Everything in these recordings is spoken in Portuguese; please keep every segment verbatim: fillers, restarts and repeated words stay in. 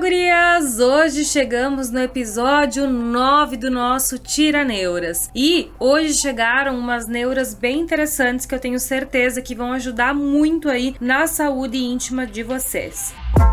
gurias! Hoje chegamos no episódio nove do nosso Tira Neuras. E hoje chegaram umas neuras bem interessantes que eu tenho certeza que vão ajudar muito aí na saúde íntima de vocês.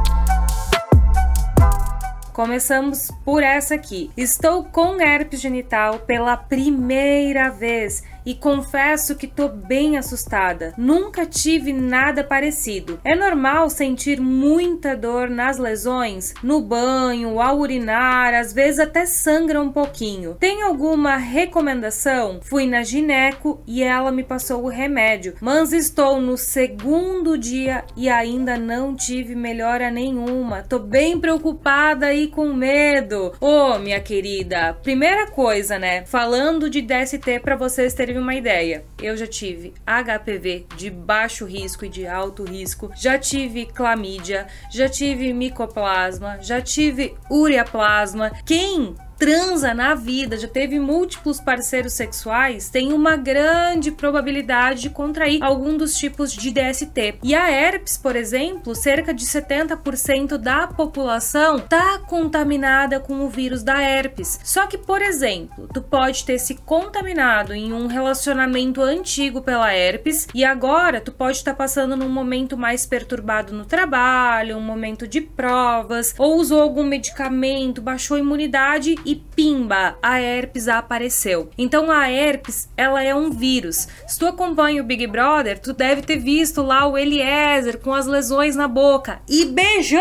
Começamos por essa aqui. Estou com herpes genital pela primeira vez e confesso que tô bem assustada. Nunca tive nada parecido. É normal sentir muita dor nas lesões, no banho, ao urinar, às vezes até sangra um pouquinho. Tem alguma recomendação? Fui na gineco e ela me passou o remédio, mas estou no segundo dia e ainda não tive melhora nenhuma. Tô bem preocupada e com medo. Ô, minha querida, primeira coisa, né? Falando de D S T para vocês terem uma ideia. Eu já tive H P V de baixo risco e de alto risco, já tive clamídia, já tive micoplasma, já tive ureaplasma. Quem transa na vida, já teve múltiplos parceiros sexuais, tem uma grande probabilidade de contrair algum dos tipos de D S T. E a herpes, por exemplo, cerca de setenta por cento da população tá contaminada com o vírus da herpes. Só que, por exemplo, tu pode ter se contaminado em um relacionamento antigo pela herpes e agora tu pode estar tá passando num momento mais perturbado no trabalho, um momento de provas, ou usou algum medicamento, baixou a imunidade e pimba, a herpes apareceu. Então a herpes, ela é um vírus. Se tu acompanha o Big Brother, tu deve ter visto lá o Eliezer com as lesões na boca e beijando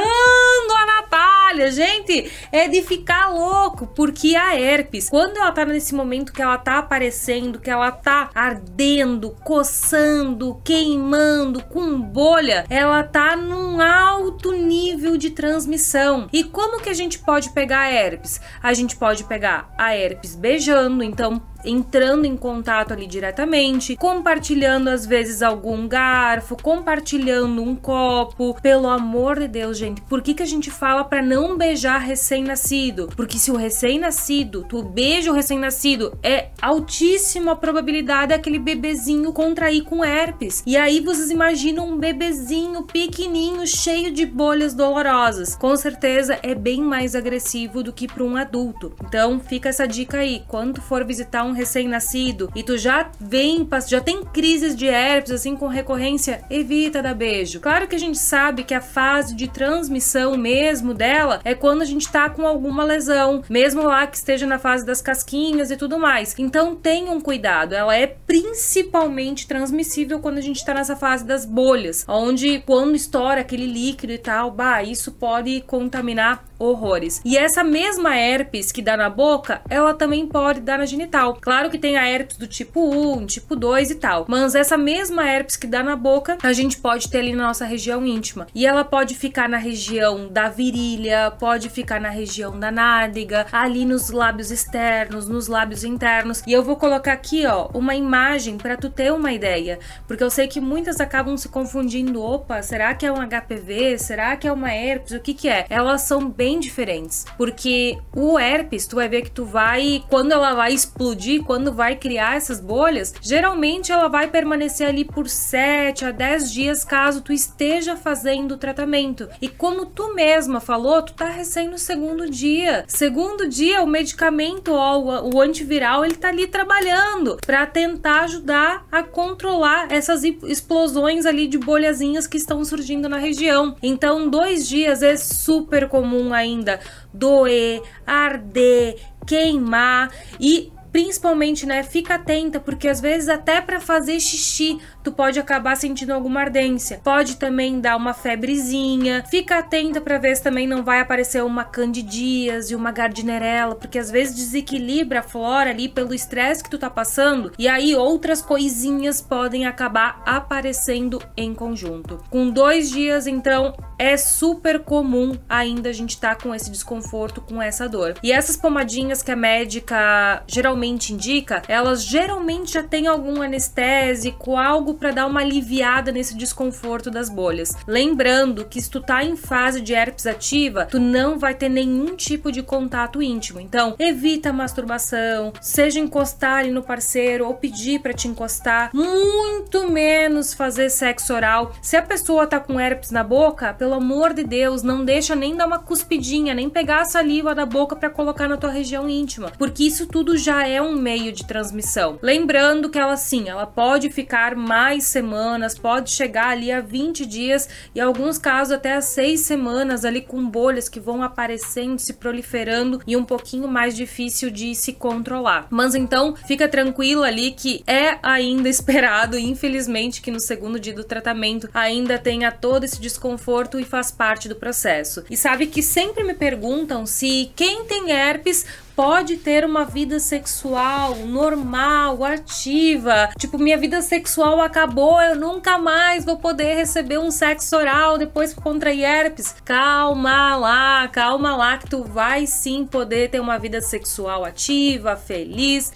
a Natália. Gente, é de ficar louco, porque a herpes, quando ela tá nesse momento que ela tá aparecendo, que ela tá ardendo, coçando, queimando, com bolha, ela tá num alto nível de transmissão. E como que a gente pode pegar a herpes? A gente pode pegar a herpes beijando, então entrando em contato ali diretamente, compartilhando às vezes algum garfo, compartilhando um copo. Pelo amor de Deus, gente, por que que a gente fala para não beijar recém-nascido? Porque se o recém-nascido, tu beija o recém-nascido, é altíssima a probabilidade daquele bebezinho contrair com herpes. E aí vocês imaginam um bebezinho pequenininho, cheio de bolhas dolorosas. Com certeza é bem mais agressivo do que para um adulto. Então fica essa dica aí, quando tu for visitar um recém-nascido e tu já vem, já tem crises de herpes assim com recorrência, evita dar beijo. Claro que a gente sabe que a fase de transmissão mesmo dela é quando a gente tá com alguma lesão, mesmo lá que esteja na fase das casquinhas e tudo mais. Então tenham cuidado, ela é principalmente transmissível quando a gente tá nessa fase das bolhas, onde quando estoura aquele líquido e tal, bah, isso pode contaminar horrores. E essa mesma herpes que dá na boca, ela também pode dar na genital. Claro que tem a herpes do tipo um, tipo dois e tal, mas essa mesma herpes que dá na boca, a gente pode ter ali na nossa região íntima. E ela pode ficar na região da virilha, pode ficar na região da nádega, ali nos lábios externos, nos lábios internos. E eu vou colocar aqui, ó, uma imagem para tu ter uma ideia, porque eu sei que muitas acabam se confundindo. Opa, será que é um H P V? Será que é uma herpes? O que que é? Elas são bem diferentes, porque o herpes, tu vai ver que tu vai, quando ela vai explodir, quando vai criar essas bolhas, geralmente ela vai permanecer ali por sete a dez dias caso tu esteja fazendo o tratamento. E como tu mesma falou, tu tá recém no segundo dia. Segundo dia, o medicamento, ó, o, o antiviral, ele tá ali trabalhando para tentar ajudar a controlar essas explosões ali de bolhazinhas que estão surgindo na região. Então, dois dias é super comum ainda doer, arder, queimar e principalmente, né, fica atenta, porque às vezes até para fazer xixi tu pode acabar sentindo alguma ardência. Pode também dar uma febrezinha. Fica atenta para ver se também não vai aparecer uma candidíase, uma gardnerella, porque às vezes desequilibra a flora ali pelo estresse que tu tá passando, e aí outras coisinhas podem acabar aparecendo em conjunto. Com dois dias, então, é super comum ainda a gente tá com esse desconforto, com essa dor. E essas pomadinhas que a médica geralmente geralmente indica, elas geralmente já têm algum anestésico, algo para dar uma aliviada nesse desconforto das bolhas. Lembrando que se tu tá em fase de herpes ativa, tu não vai ter nenhum tipo de contato íntimo. Então, evita a masturbação, seja encostar ali no parceiro ou pedir para te encostar, muito menos fazer sexo oral. Se a pessoa tá com herpes na boca, pelo amor de Deus, não deixa nem dar uma cuspidinha, nem pegar a saliva da boca para colocar na tua região íntima, porque isso tudo já é um meio de transmissão. Lembrando que ela sim, ela pode ficar mais semanas, pode chegar ali a vinte dias e em alguns casos até a seis semanas ali com bolhas que vão aparecendo, se proliferando e um pouquinho mais difícil de se controlar. Mas então fica tranquilo ali que é ainda esperado, infelizmente, que no segundo dia do tratamento ainda tenha todo esse desconforto e faz parte do processo. E sabe que sempre me perguntam se quem tem herpes pode ter uma vida sexual normal, ativa. Tipo, minha vida sexual acabou, eu nunca mais vou poder receber um sexo oral depois que contrair herpes. Calma lá, calma lá que tu vai sim poder ter uma vida sexual ativa, feliz.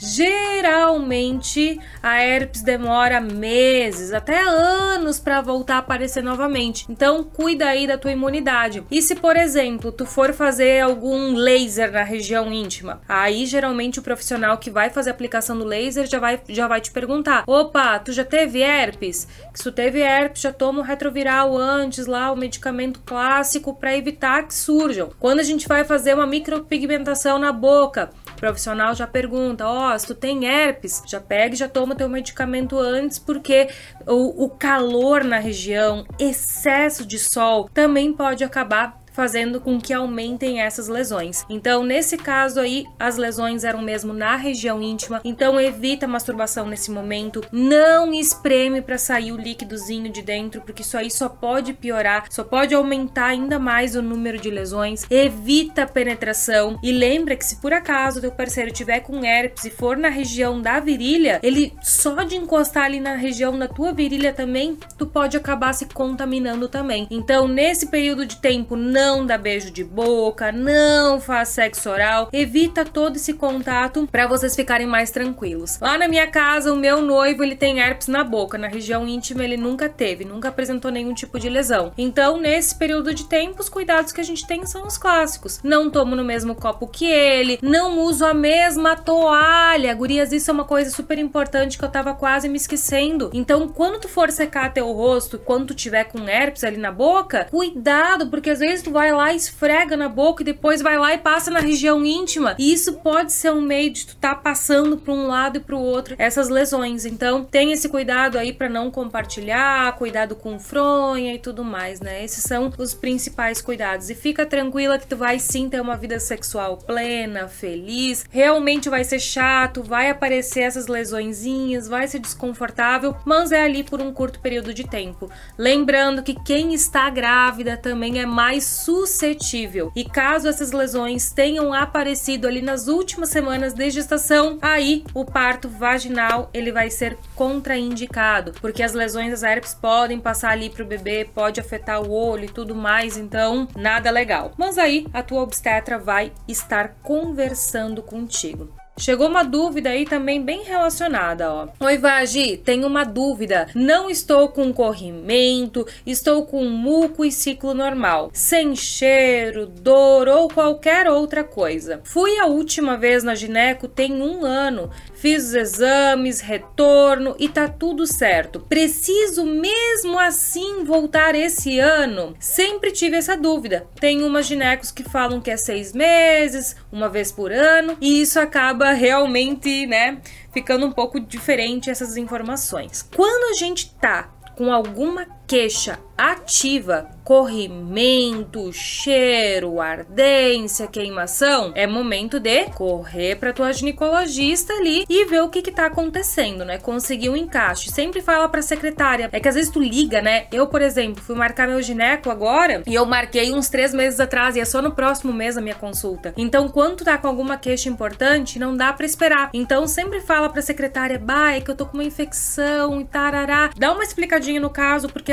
Geralmente a herpes demora meses, até anos para voltar a aparecer novamente. Então cuida aí da tua imunidade. E se, por exemplo, tu for fazer algum laser na região íntima, aí geralmente o profissional que vai fazer a aplicação do laser já vai, já vai te perguntar: opa, tu já teve herpes? Se tu teve herpes, já toma o retroviral antes lá, o medicamento clássico para evitar que surjam. Quando a gente vai fazer uma micropigmentação na boca, o profissional já pergunta: ó, oh, se tu tem herpes, já pega e já toma teu medicamento antes, porque o, o calor na região, excesso de sol, também pode acabar fazendo com que aumentem essas lesões. Então, nesse caso aí, as lesões eram mesmo na região íntima, então evita a masturbação nesse momento, não espreme para sair o líquidozinho de dentro, porque isso aí só pode piorar, só pode aumentar ainda mais o número de lesões. Evita a penetração e lembra que se por acaso teu parceiro tiver com herpes e for na região da virilha, ele só de encostar ali na região da tua virilha também, tu pode acabar se contaminando também. Então, nesse período de tempo, não Não dá beijo de boca, não faz sexo oral, evita todo esse contato para vocês ficarem mais tranquilos. Lá na minha casa, o meu noivo, ele tem herpes na boca, na região íntima ele nunca teve, nunca apresentou nenhum tipo de lesão. Então, nesse período de tempo, os cuidados que a gente tem são os clássicos. Não tomo no mesmo copo que ele, não uso a mesma toalha. Gurias, isso é uma coisa super importante que eu tava quase me esquecendo. Então, quando tu for secar teu rosto, quando tu tiver com herpes ali na boca, cuidado, porque às vezes tu vai lá, esfrega na boca e depois vai lá e passa na região íntima. E isso pode ser um meio de tu tá passando para um lado e para o outro essas lesões. Então, tenha esse cuidado aí para não compartilhar, cuidado com fronha e tudo mais, né? Esses são os principais cuidados. E fica tranquila que tu vai sim ter uma vida sexual plena, feliz. Realmente vai ser chato, vai aparecer essas lesõezinhas, vai ser desconfortável, mas é ali por um curto período de tempo. Lembrando que quem está grávida também é mais suscetível. E caso essas lesões tenham aparecido ali nas últimas semanas de gestação, aí o parto vaginal ele vai ser contraindicado, porque as lesões das herpes podem passar ali pro bebê, pode afetar o olho e tudo mais, então nada legal. Mas aí a tua obstetra vai estar conversando contigo. Chegou uma dúvida aí também bem relacionada, ó. Oi, Vagi, tenho uma dúvida. Não estou com corrimento, estou com muco e ciclo normal, sem cheiro, dor ou qualquer outra coisa. Fui a última vez na gineco tem um ano. Fiz os exames, retorno e tá tudo certo. Preciso mesmo assim voltar esse ano? Sempre tive essa dúvida. Tem umas ginecos que falam que é seis meses, uma vez por ano, e isso acaba realmente, né, ficando um pouco diferente essas informações. Quando a gente tá com alguma queixa ativa, corrimento, cheiro, ardência, queimação, é momento de correr para tua ginecologista ali e ver o que que tá acontecendo, né? Conseguir um encaixe. Sempre fala pra secretária. É que às vezes tu liga, né? Eu, por exemplo, fui marcar meu gineco agora e eu marquei uns três meses atrás e é só no próximo mês a minha consulta. Então, quando tu tá com alguma queixa importante, não dá pra esperar. Então, sempre fala pra secretária: bah, é que eu tô com uma infecção e tarará. Dá uma explicadinha no caso, porque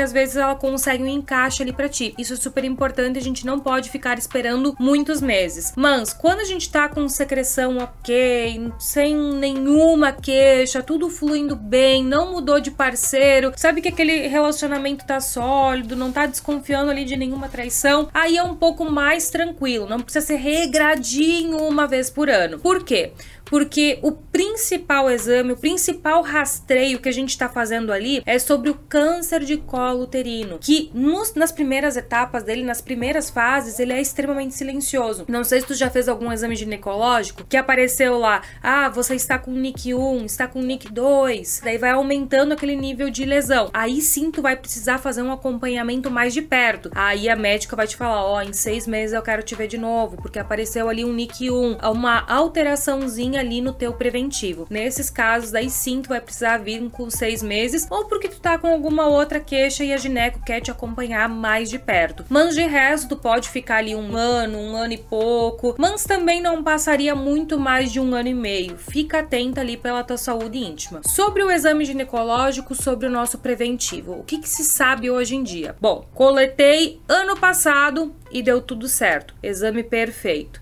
às vezes ela consegue um encaixe ali pra ti. Isso é super importante, a gente não pode ficar esperando muitos meses. Mas quando a gente tá com secreção ok, sem nenhuma queixa, tudo fluindo bem, não mudou de parceiro, sabe que aquele relacionamento tá sólido, não tá desconfiando ali de nenhuma traição, aí é um pouco mais tranquilo, não precisa ser regradinho uma vez por ano. Por quê? Porque o principal exame, o principal rastreio que a gente está fazendo ali é sobre o câncer de colo uterino, que nos, nas primeiras etapas dele, nas primeiras fases, ele é extremamente silencioso. Não sei se tu já fez algum exame ginecológico que apareceu lá, ah, você está com N I C um, está com N I C dois, daí vai aumentando aquele nível de lesão. Aí sim tu vai precisar fazer um acompanhamento mais de perto. Aí a médica vai te falar, ó, oh, em seis meses eu quero te ver de novo, porque apareceu ali um N I C um, uma alteraçãozinha ali no teu preventivo. Nesses casos, aí sim tu vai precisar vir com seis meses, ou porque tu tá com alguma outra queixa e a gineco quer te acompanhar mais de perto. Mas de resto, tu pode ficar ali um ano, um ano e pouco, mas também não passaria muito mais de um ano e meio. Fica atenta ali pela tua saúde íntima. Sobre o exame ginecológico, sobre o nosso preventivo, o que que se sabe hoje em dia? Bom, coletei ano passado e deu tudo certo. Exame perfeito.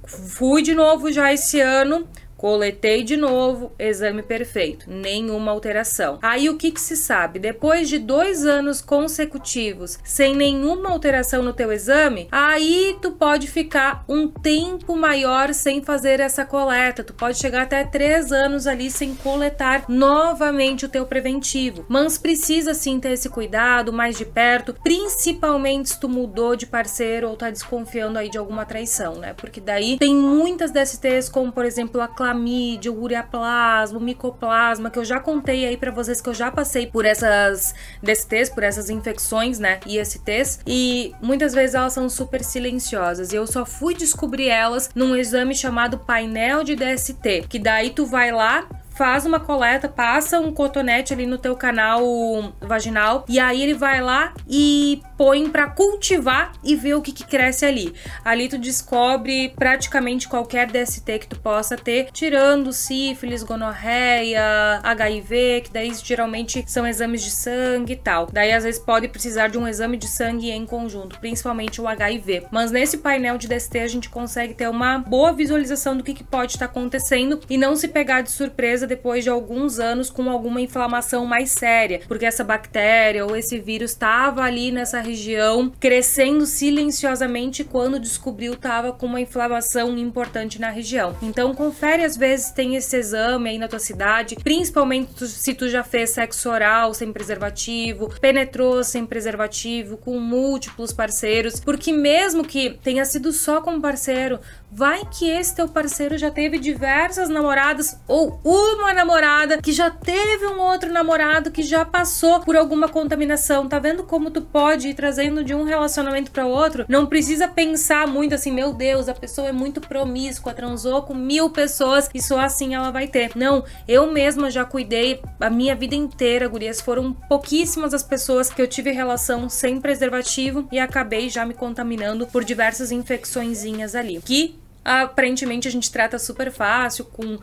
Fui de novo já esse ano, coletei de novo, exame perfeito, nenhuma alteração. Aí o que que se sabe? Depois de dois anos consecutivos sem nenhuma alteração no teu exame, aí tu pode ficar um tempo maior sem fazer essa coleta. Tu pode chegar até três anos ali sem coletar novamente o teu preventivo. Mas precisa sim ter esse cuidado mais de perto, principalmente se tu mudou de parceiro ou tá desconfiando aí de alguma traição, né? Porque daí tem muitas D S Ts, como por exemplo a clamídia, o ureaplasma, o micoplasma, que eu já contei aí pra vocês que eu já passei por essas D S Ts, por essas infecções, né, I S Ts, e muitas vezes elas são super silenciosas, e eu só fui descobrir elas num exame chamado painel de D S T, que daí tu vai lá, faz uma coleta, passa um cotonete ali no teu canal vaginal, e aí ele vai lá e põe pra cultivar e ver o que que cresce ali. Ali tu descobre praticamente qualquer D S T que tu possa ter, tirando sífilis, gonorreia, H I V, que daí geralmente são exames de sangue e tal. Daí às vezes pode precisar de um exame de sangue em conjunto, principalmente o H I V. Mas nesse painel de D S T a gente consegue ter uma boa visualização do que que pode estar acontecendo e não se pegar de surpresa depois de alguns anos com alguma inflamação mais séria, porque essa bactéria ou esse vírus estava ali nessa região crescendo silenciosamente, quando descobriu estava com uma inflamação importante na região. Então confere, às vezes tem esse exame aí na tua cidade, principalmente se tu já fez sexo oral sem preservativo, penetrou sem preservativo, com múltiplos parceiros, porque mesmo que tenha sido só com um parceiro, vai que esse teu parceiro já teve diversas namoradas ou uma namorada que já teve um outro namorado que já passou por alguma contaminação. Tá vendo como tu pode ir trazendo de um relacionamento para outro? Não precisa pensar muito assim, meu Deus, a pessoa é muito promíscua, transou com mil pessoas e só assim ela vai ter. Não, eu mesma já cuidei a minha vida inteira, gurias. Foram pouquíssimas as pessoas que eu tive relação sem preservativo e acabei já me contaminando por diversas infecçõezinhas ali, que aparentemente a gente trata super fácil com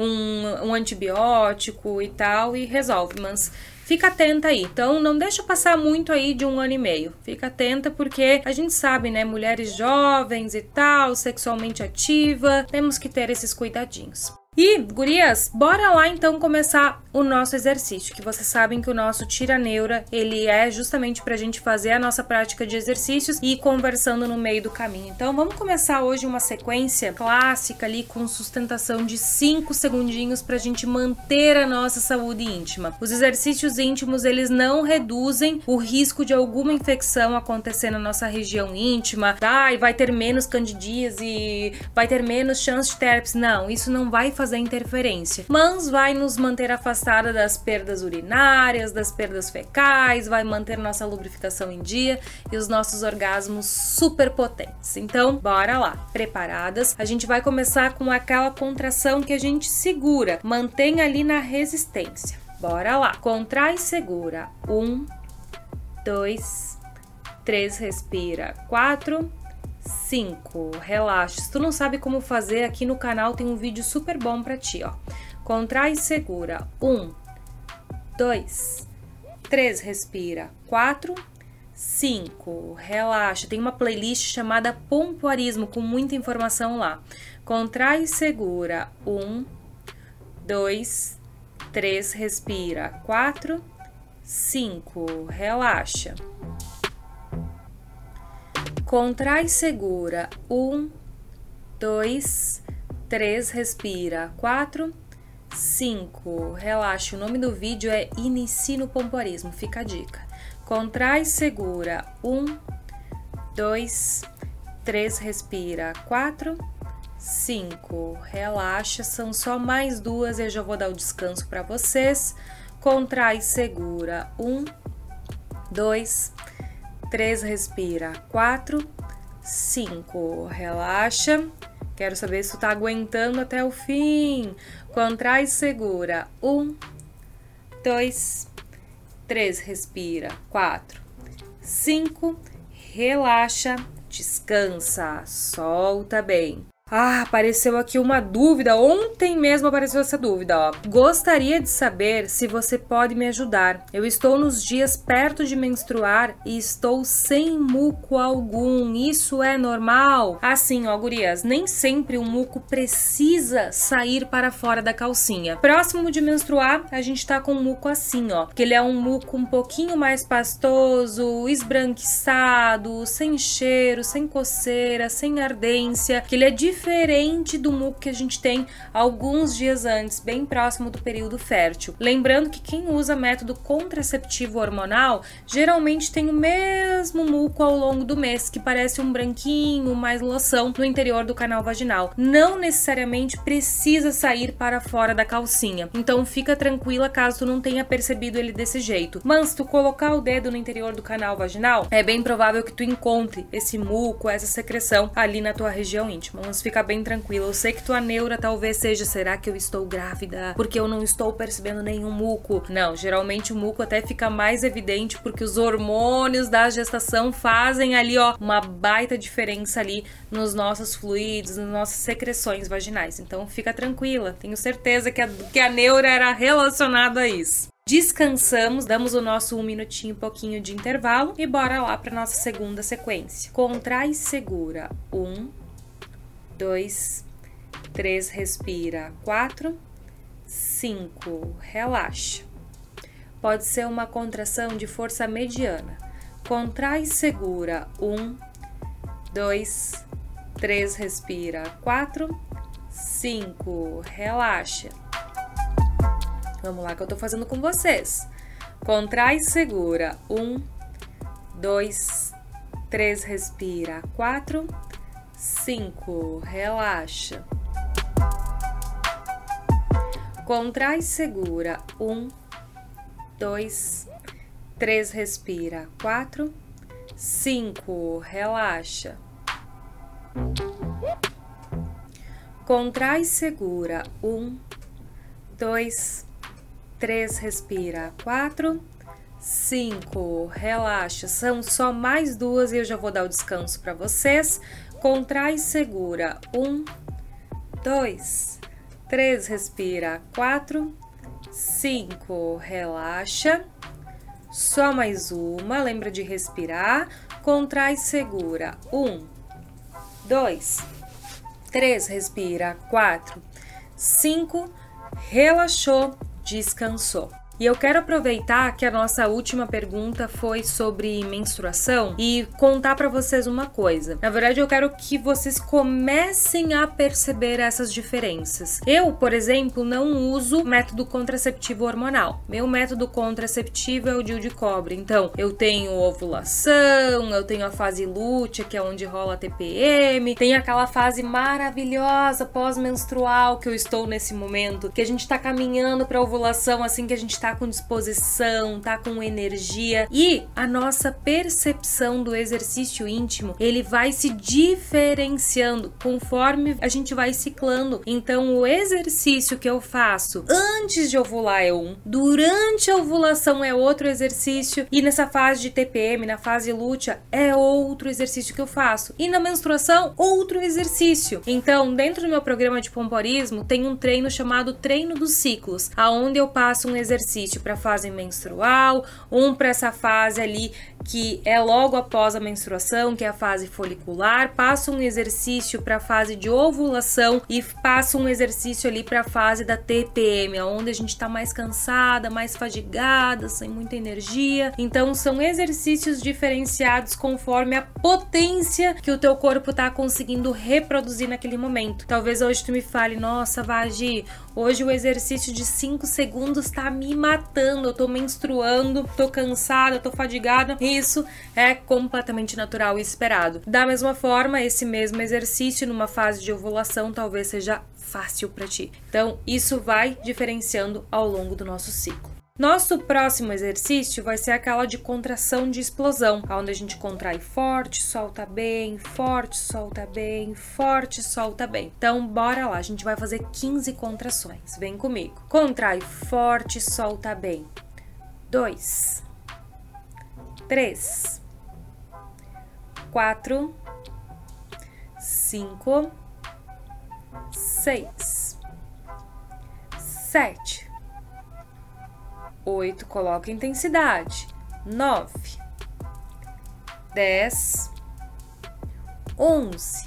um, um antibiótico e tal e resolve, mas fica atenta aí. Então não deixa passar muito aí de um ano e meio. Fica atenta porque a gente sabe, né, mulheres jovens e tal, sexualmente ativa, temos que ter esses cuidadinhos. E, gurias, bora lá então começar o nosso exercício, que vocês sabem que o nosso Tira Neura, ele é justamente pra gente fazer a nossa prática de exercícios e ir conversando no meio do caminho. Então vamos começar hoje uma sequência clássica ali com sustentação de cinco segundinhos pra gente manter a nossa saúde íntima. Os exercícios íntimos, eles não reduzem o risco de alguma infecção acontecer na nossa região íntima, tá? E vai ter menos candidíase e vai ter menos chance de ter herpes. Não, isso não vai fazer fazer interferência, mas vai nos manter afastada das perdas urinárias, das perdas fecais, vai manter nossa lubrificação em dia e os nossos orgasmos super potentes. Então, bora lá, preparadas? A gente vai começar com aquela contração que a gente segura, mantém ali na resistência. Bora lá, contrai e segura. Um, dois, três, respira. Quatro, cinco, relaxa. Se tu não sabe como fazer, aqui no canal tem um vídeo super bom pra ti, ó. Contrai e segura. Um, dois, três, respira. quatro, cinco, relaxa. Tem uma playlist chamada Pompoarismo com muita informação lá. Contrai e segura. um, dois, três, respira. quatro, cinco, relaxa. Contrai e segura. um, dois, três, respira. quatro, cinco, relaxa. O nome do vídeo é Inicie no Pompoarismo, fica a dica. Contrai e segura. um, dois, três, respira. quatro, cinco, relaxa. São só mais duas e eu já vou dar o descanso para vocês. Contrai e segura. um, dois, três, respira. quatro, cinco, relaxa. Quero saber se tu tá aguentando até o fim. Contrai e segura. um, dois, três, respira. quatro, cinco, relaxa, descansa, solta bem. Ah, apareceu aqui uma dúvida, ontem mesmo apareceu essa dúvida, ó. Gostaria de saber se você pode me ajudar. Eu estou nos dias perto de menstruar e estou sem muco algum, isso é normal? Assim, ó, gurias, nem sempre o muco precisa sair para fora da calcinha. Próximo de menstruar, a gente tá com um muco assim, ó, que ele é um muco um pouquinho mais pastoso, esbranquiçado, sem cheiro, sem coceira, sem ardência, que ele é diferente diferente do muco que a gente tem alguns dias antes, bem próximo do período fértil. Lembrando que quem usa método contraceptivo hormonal geralmente tem o mesmo muco ao longo do mês, que parece um branquinho, mais loção no interior do canal vaginal. Não necessariamente precisa sair para fora da calcinha, então fica tranquila caso tu não tenha percebido ele desse jeito. Mas se tu colocar o dedo no interior do canal vaginal, é bem provável que tu encontre esse muco, essa secreção ali na tua região íntima. Mas fica bem tranquila. Eu sei que tua neura talvez seja, será que eu estou grávida? Porque eu não estou percebendo nenhum muco. Não, geralmente o muco até fica mais evidente porque os hormônios da gestação fazem ali, ó, uma baita diferença ali nos nossos fluidos, nas nossas secreções vaginais. Então fica tranquila. Tenho certeza que a, que a neura era relacionada a isso. Descansamos, damos o nosso um minutinho, pouquinho de intervalo e bora lá para nossa segunda sequência. Contrai e segura. Um, dois, três, respira. quatro, cinco, relaxa. Pode ser uma contração de força mediana. Contrai e segura. um, dois, três, respira. quatro, cinco, relaxa. Vamos lá que eu tô fazendo com vocês. Contrai e segura. um, dois, três, respira. quatro, cinco, relaxa. Contrai e segura. um, dois, três, respira. quatro, cinco, relaxa. Contrai e segura. um, dois, três, respira. quatro, cinco, relaxa. São só mais duas e eu já vou dar o descanso para vocês. Contrai e segura. um, dois, três, respira. quatro, cinco, relaxa. Só mais uma, lembra de respirar. Contrai e segura. um, dois, três, respira. quatro, cinco, relaxou, descansou. E eu quero aproveitar que a nossa última pergunta foi sobre menstruação e contar para vocês uma coisa. Na verdade, eu quero que vocês comecem a perceber essas diferenças. Eu, por exemplo, não uso método contraceptivo hormonal. Meu método contraceptivo é o D I U de cobre. Então, eu tenho ovulação, eu tenho a fase lútea, que é onde rola T P M, tem aquela fase maravilhosa pós-menstrual que eu estou nesse momento, que a gente tá caminhando para ovulação, assim que a gente tá com disposição, tá com energia, e a nossa percepção do exercício íntimo, ele vai se diferenciando conforme a gente vai ciclando. Então, o exercício que eu faço antes de ovular é um, durante a ovulação é outro exercício, e nessa fase de T P M, na fase lútea, é outro exercício que eu faço, e na menstruação, outro exercício. Então, dentro do meu programa de pompoarismo, tem um treino chamado Treino dos Ciclos, aonde eu passo um exercício exercício para a fase menstrual, um para essa fase ali que é logo após a menstruação, que é a fase folicular, passa um exercício para a fase de ovulação e passa um exercício ali para a fase da T P M, onde a gente está mais cansada, mais fadigada, sem muita energia. Então são exercícios diferenciados conforme a potência que o teu corpo está conseguindo reproduzir naquele momento. Talvez hoje tu me fale, nossa, Vagi, hoje o exercício de cinco segundos tá me matando, eu tô menstruando, tô cansada, tô fadigada. Isso é completamente natural e esperado. Da mesma forma, esse mesmo exercício numa fase de ovulação talvez seja fácil para ti. Então, isso vai diferenciando ao longo do nosso ciclo. Nosso próximo exercício vai ser aquela de contração de explosão, onde a gente contrai forte, solta bem, forte, solta bem, forte, solta bem. Então, bora lá, a gente vai fazer quinze contrações. Vem comigo. Contrai forte, solta bem. Dois. Três. Quatro. Cinco. Seis. Sete. Oito, coloca intensidade. Nove. Dez. Onze.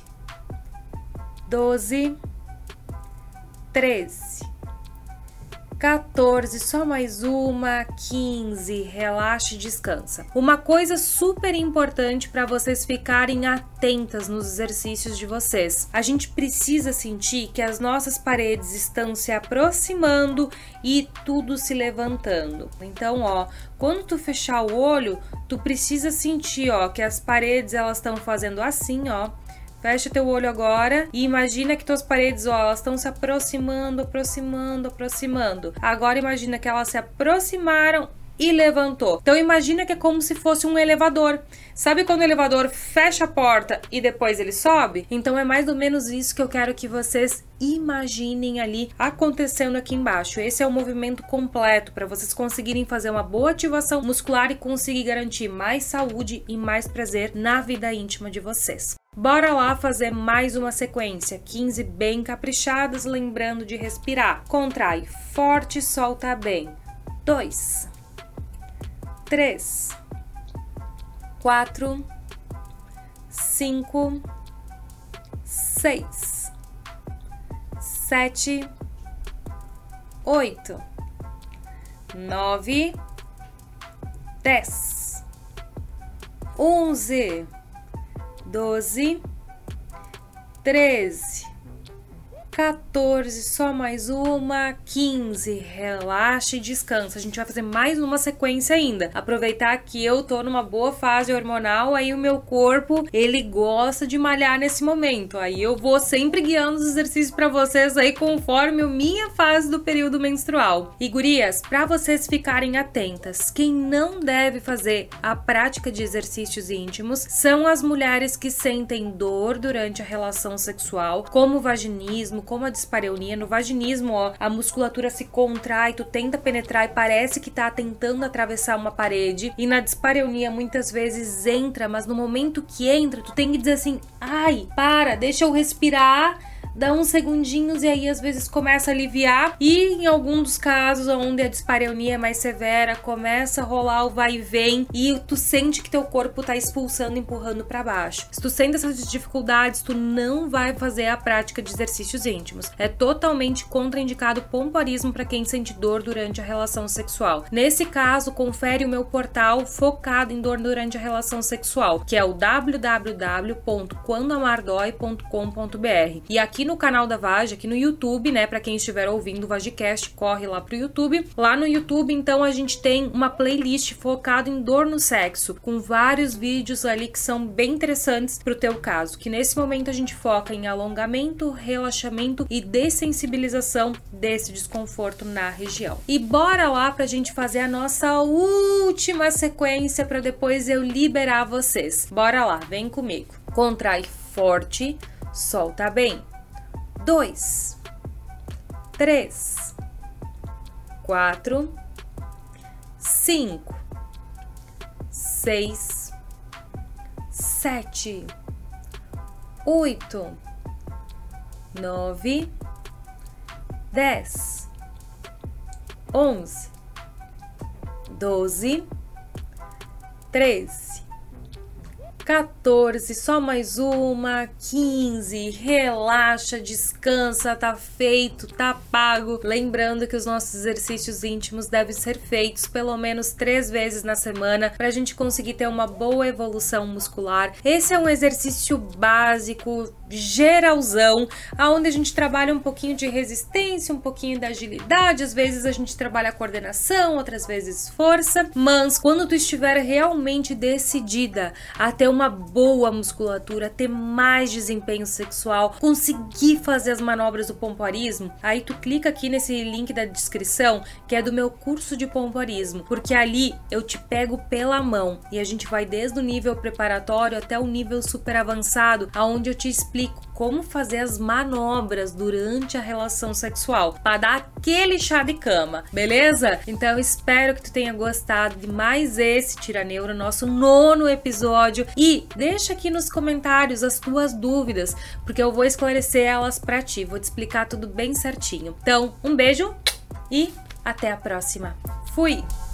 Doze. Treze. quatorze, só mais uma, quinze, relaxa e descansa. Uma coisa super importante para vocês ficarem atentas nos exercícios de vocês. A gente precisa sentir que as nossas paredes estão se aproximando e tudo se levantando. Então, ó, quando tu fechar o olho, tu precisa sentir, ó, que as paredes elas estão fazendo assim, ó. Fecha teu olho agora e imagina que tuas paredes, ó, elas estão se aproximando, aproximando, aproximando. Agora imagina que elas se aproximaram e levantou. Então imagina que é como se fosse um elevador. Sabe quando o elevador fecha a porta e depois ele sobe? Então é mais ou menos isso que eu quero que vocês imaginem ali acontecendo aqui embaixo. Esse é o movimento completo para vocês conseguirem fazer uma boa ativação muscular e conseguir garantir mais saúde e mais prazer na vida íntima de vocês. Bora lá fazer mais uma sequência, quinze bem caprichadas, lembrando de respirar. Contrai forte, solta bem. Dois. Três. Quatro. Cinco. Seis. Sete. Oito. Nove. Dez. Onze. Doze, treze, quatorze, só mais uma, quinze, relaxa e descansa. A gente vai fazer mais uma sequência ainda. Aproveitar que eu tô numa boa fase hormonal, aí o meu corpo, ele gosta de malhar nesse momento. Aí eu vou sempre guiando os exercícios para vocês aí conforme a minha fase do período menstrual. E gurias, para vocês ficarem atentas, quem não deve fazer a prática de exercícios íntimos são as mulheres que sentem dor durante a relação sexual, como o vaginismo, como a dispareunia. No vaginismo, ó, a musculatura se contrai, tu tenta penetrar e parece que tá tentando atravessar uma parede. E na dispareunia, muitas vezes entra, mas no momento que entra, tu tem que dizer assim, ai, para, deixa eu respirar, dá uns segundinhos e aí às vezes começa a aliviar. E em algum dos casos onde a dispareunia é mais severa, começa a rolar o vai e vem e tu sente que teu corpo tá expulsando, empurrando para baixo. Se tu sente essas dificuldades, tu não vai fazer a prática de exercícios íntimos. É totalmente contraindicado pompoarismo para quem sente dor durante a relação sexual. Nesse caso, confere o meu portal focado em dor durante a relação sexual, que é o w w w ponto quando amar dói ponto com ponto b r. E aqui no canal da Vagi, aqui no YouTube, né, para quem estiver ouvindo o VagiCast, corre lá pro YouTube. Lá no YouTube, então, a gente tem uma playlist focada em dor no sexo, com vários vídeos ali que são bem interessantes pro teu caso, que nesse momento a gente foca em alongamento, relaxamento e dessensibilização desse desconforto na região. E bora lá pra gente fazer a nossa última sequência para depois eu liberar vocês. Bora lá, vem comigo. Contrai forte, solta bem. Dois, três, quatro, cinco, seis, sete, oito, nove, dez, onze, doze, treze, quatorze, só mais uma, quinze, relaxa, descansa, tá feito, tá pago. Lembrando que os nossos exercícios íntimos devem ser feitos pelo menos três vezes na semana pra gente conseguir ter uma boa evolução muscular. Esse é um exercício básico, geralzão, aonde a gente trabalha um pouquinho de resistência, um pouquinho da agilidade, às vezes a gente trabalha a coordenação, outras vezes força, mas quando tu estiver realmente decidida a ter uma boa musculatura, ter mais desempenho sexual, conseguir fazer as manobras do pompoarismo, aí tu clica aqui nesse link da descrição, que é do meu curso de pompoarismo, porque ali eu te pego pela mão e a gente vai desde o nível preparatório até o nível super avançado, aonde eu te explico como fazer as manobras durante a relação sexual, para dar aquele chá de cama, beleza? Então eu espero que tu tenha gostado de mais esse Tira Neuro, nosso nono episódio, e deixa aqui nos comentários as tuas dúvidas, porque eu vou esclarecer elas para ti, vou te explicar tudo bem certinho. Então, um beijo e até a próxima. Fui!